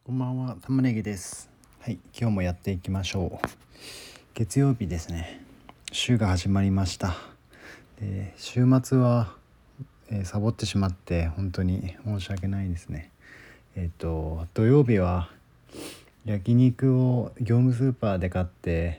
こんばんは、玉ねぎです。はい、今日もやっていきましょう。月曜日ですね。週が始まりました。で、週末は、サボってしまって本当に申し訳ないですね。土曜日は焼肉を業務スーパーで買って、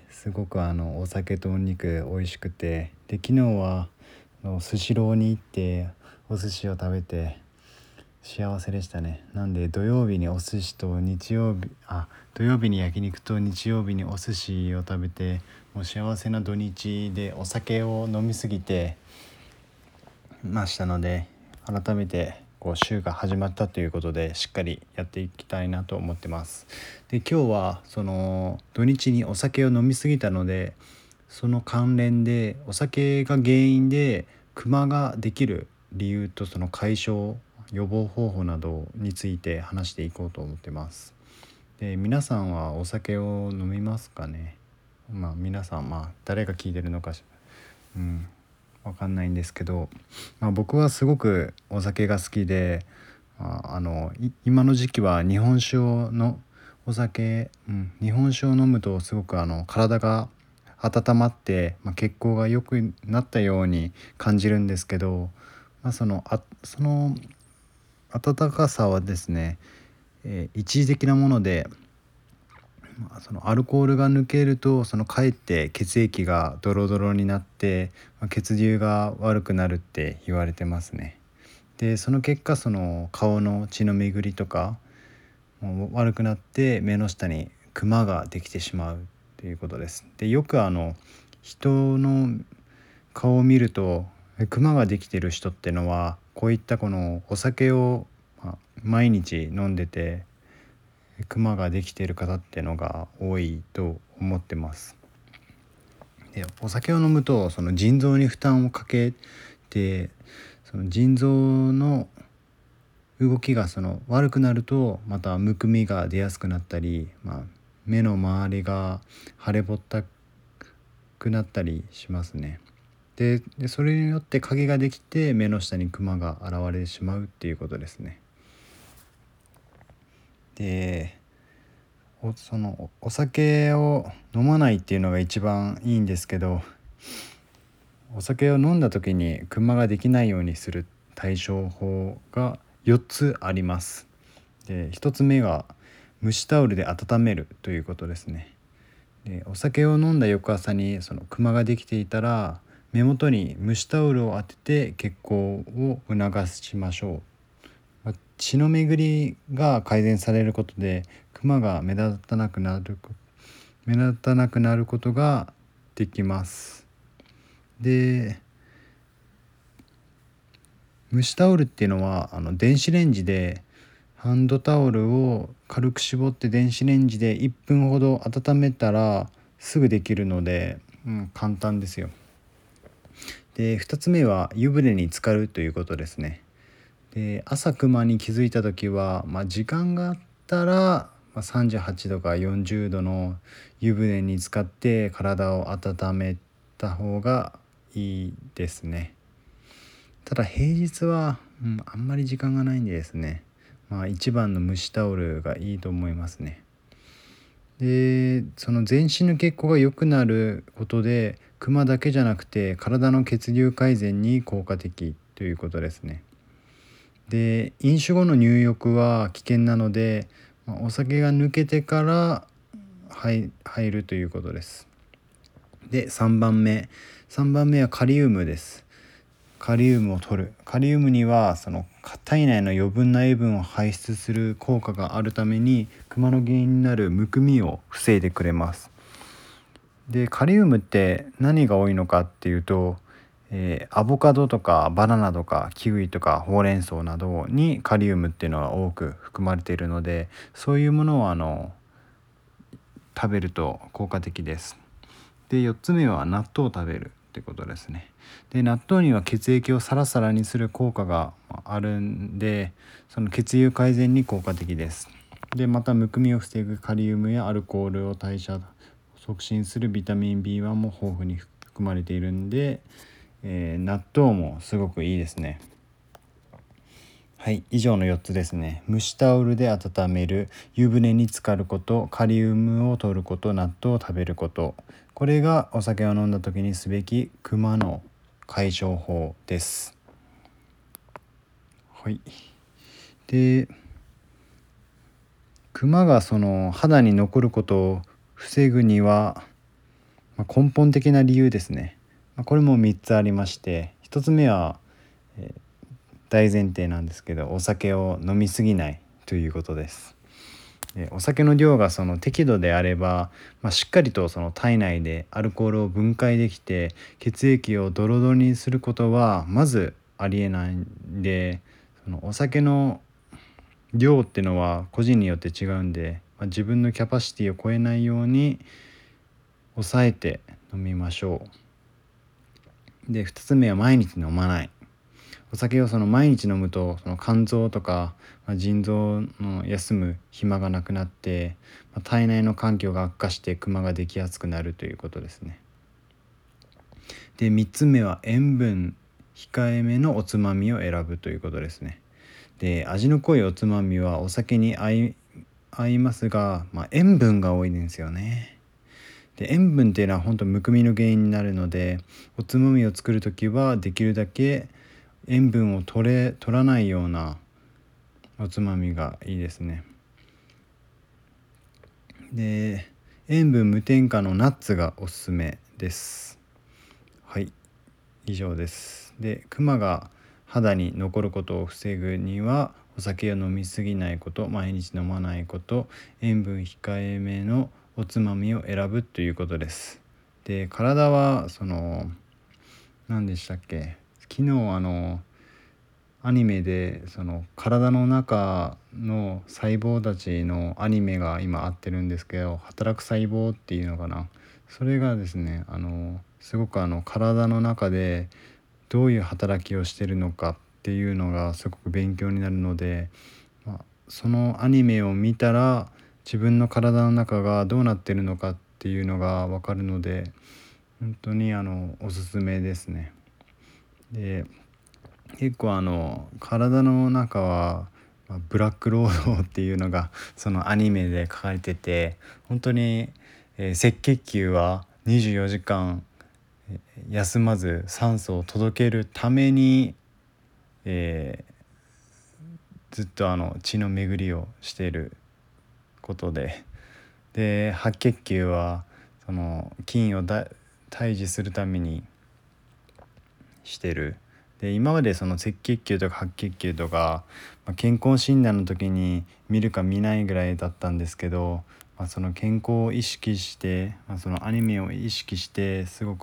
すごくお酒とお肉美味しくて、で昨日はスシローに行ってお寿司を食べて幸せでしたね。なんで土曜日にお寿司と土曜日に焼肉と日曜日にお寿司を食べて、もう幸せな土日で、お酒を飲みすぎてましたので、改めて週が始まったということでしっかりやっていきたいなと思ってます。で今日はその土日にお酒を飲みすぎたので、その関連でお酒が原因でクマができる理由とその解消予防方法などについて話していこうと思ってます。で皆さんはお酒を飲みますかね。皆さん誰が聞いてるのかわかんないんですけど、僕はすごくお酒が好きで、今の時期は日本酒をのお酒、日本酒を飲むとすごく体が温まって、血行が良くなったように感じるんですけど、その温かさはですね、一時的なもので、そのアルコールが抜けるとかえって血液がドロドロになって、血流が悪くなるって言われてますね。でその結果顔の血の巡りとかもう悪くなって、目の下にクマができてしまうということです。でよく人の顔を見るとクマができてる人ってのは、こういったこのお酒を毎日飲んでてクマができている方ってのが多いと思ってます。でお酒を飲むとその腎臓に負担をかけて、その腎臓の動きが悪くなると、またむくみが出やすくなったり、目の周りが腫れぼったくなったりしますね。でそれによって影ができて、目の下にクマが現れてしまうっていうことですね。でお酒を飲まないっていうのが一番いいんですけど、お酒を飲んだ時にクマができないようにする対処法が4つあります。で1つ目が蒸しタオルで温めるということですね。でお酒を飲んだ翌朝にクマができていたら、目元に蒸しタオルを当てて血行を促しましょう。血の巡りが改善されることでクマが目立たなくなることができます。で蒸しタオルっていうのは電子レンジで、ハンドタオルを軽く絞って電子レンジで1分ほど温めたらすぐできるので、簡単ですよ。で2つ目は湯船に浸かるということですね。で朝クマに気づいた時は、時間があったら、38度か40度の湯船に浸かって体を温めた方がいいですね。ただ平日は、あんまり時間がないんでですね、一番の蒸しタオルがいいと思いますね。でその全身の血行が良くなることで、クマだけじゃなくて体の血流改善に効果的ということですね。で飲酒後の入浴は危険なので、お酒が抜けてから入るということです。で3番目はカリウムです。カリウムを取る。カリウムには体内の余分な油分を排出する効果があるために、クマの原因になるむくみを防いでくれます。でカリウムって何が多いのかっていうと、アボカドとかバナナとかキウイとかほうれん草などにカリウムっていうのは多く含まれているので、そういうものを食べると効果的です。で4つ目は納豆を食べるってことですね。で納豆には血液をサラサラにする効果があるんで、その血流改善に効果的です。でまたむくみを防ぐカリウムやアルコールを代謝促進するビタミン B1 も豊富に含まれているんで、納豆もすごくいいですね。 はい、以上の4つですね。蒸しタオルで温める、湯船に浸かること、カリウムを摂ること、納豆を食べること、これがお酒を飲んだ時にすべきクマの解消法です。はい。で、クマがその肌に残ることを防ぐには、根本的な理由ですね。これも3つありまして、1つ目は、大前提なんですけど、お酒を飲みすぎないということです。で、お酒の量がその適度であれば、しっかりとその体内でアルコールを分解できて血液をドロドロにすることはまずありえないんで、そのお酒の量っていうのは個人によって違うんで、自分のキャパシティを超えないように抑えて飲みましょう。で、2つ目は毎日飲まない。お酒をその毎日飲むとその肝臓とか、腎臓の休む暇がなくなって、体内の環境が悪化してクマができやすくなるということですね。で、3つ目は塩分控えめのおつまみを選ぶということですね。で、味の濃いおつまみはお酒に合いますが、塩分が多いんですよね。で、塩分っていうのは本当むくみの原因になるので、おつまみを作るときはできるだけ塩分を取らないようなおつまみがいいですね。で、塩分無添加のナッツがおすすめです。はい、以上です。で、クマが肌に残ることを防ぐには、お酒を飲みすぎないこと、毎日飲まないこと、塩分控えめのおつまみを選ぶということです。で、体はその何でしたっけ、昨日アニメでその体の中の細胞たちのアニメが今合ってるんですけど、働く細胞っていうのかな、それがですね、すごく体の中でどういう働きをしてるのかっていうのがすごく勉強になるので、そのアニメを見たら自分の体の中がどうなってるのかっていうのが分かるので、本当におすすめですね。で、結構体の中はブラックロードっていうのがそのアニメで書かれてて、本当に、赤血球は24時間休まず酸素を届けるために、ずっと血の巡りをしていることで、白血球はその菌を退治するためにしてる。で、今までその赤血球とか白血球とか、健康診断の時に見るか見ないぐらいだったんですけど、その健康を意識して、そのアニメを意識してすごく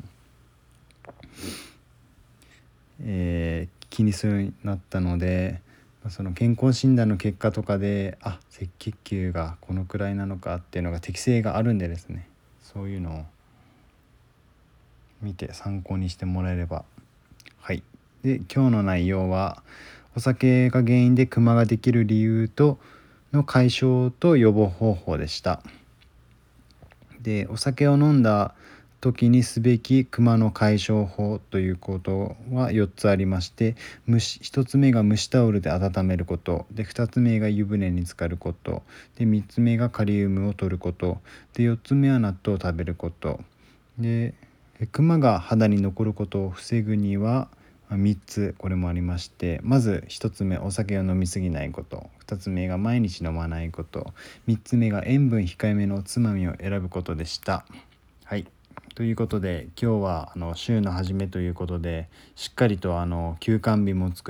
気にするようになったので、その健康診断の結果とかで赤血球がこのくらいなのかっていうのが適性があるんでですね、そういうのを見て参考にしてもらえれば。はい。で、今日の内容はお酒が原因でクマができる理由との解消と予防方法でした。で、お酒を飲んだ時にすべきクマの解消法ということは4つありまして、1つ目が蒸しタオルで温めることで、2つ目が湯船に浸かることで、3つ目がカリウムを摂ることで、4つ目は納豆を食べることで、クマが肌に残ることを防ぐには3つこれもありまして、まず1つ目、お酒を飲みすぎないこと、2つ目が毎日飲まないこと、3つ目が塩分控えめのおつまみを選ぶことでした。はい、ということで今日は週の初めということで、しっかりと休館日も作って、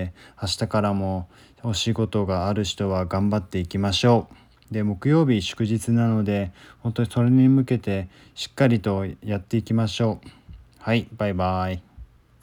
明日からもお仕事がある人は頑張っていきましょう。で、木曜日祝日なので本当にそれに向けてしっかりとやっていきましょう。はい、バイバイ。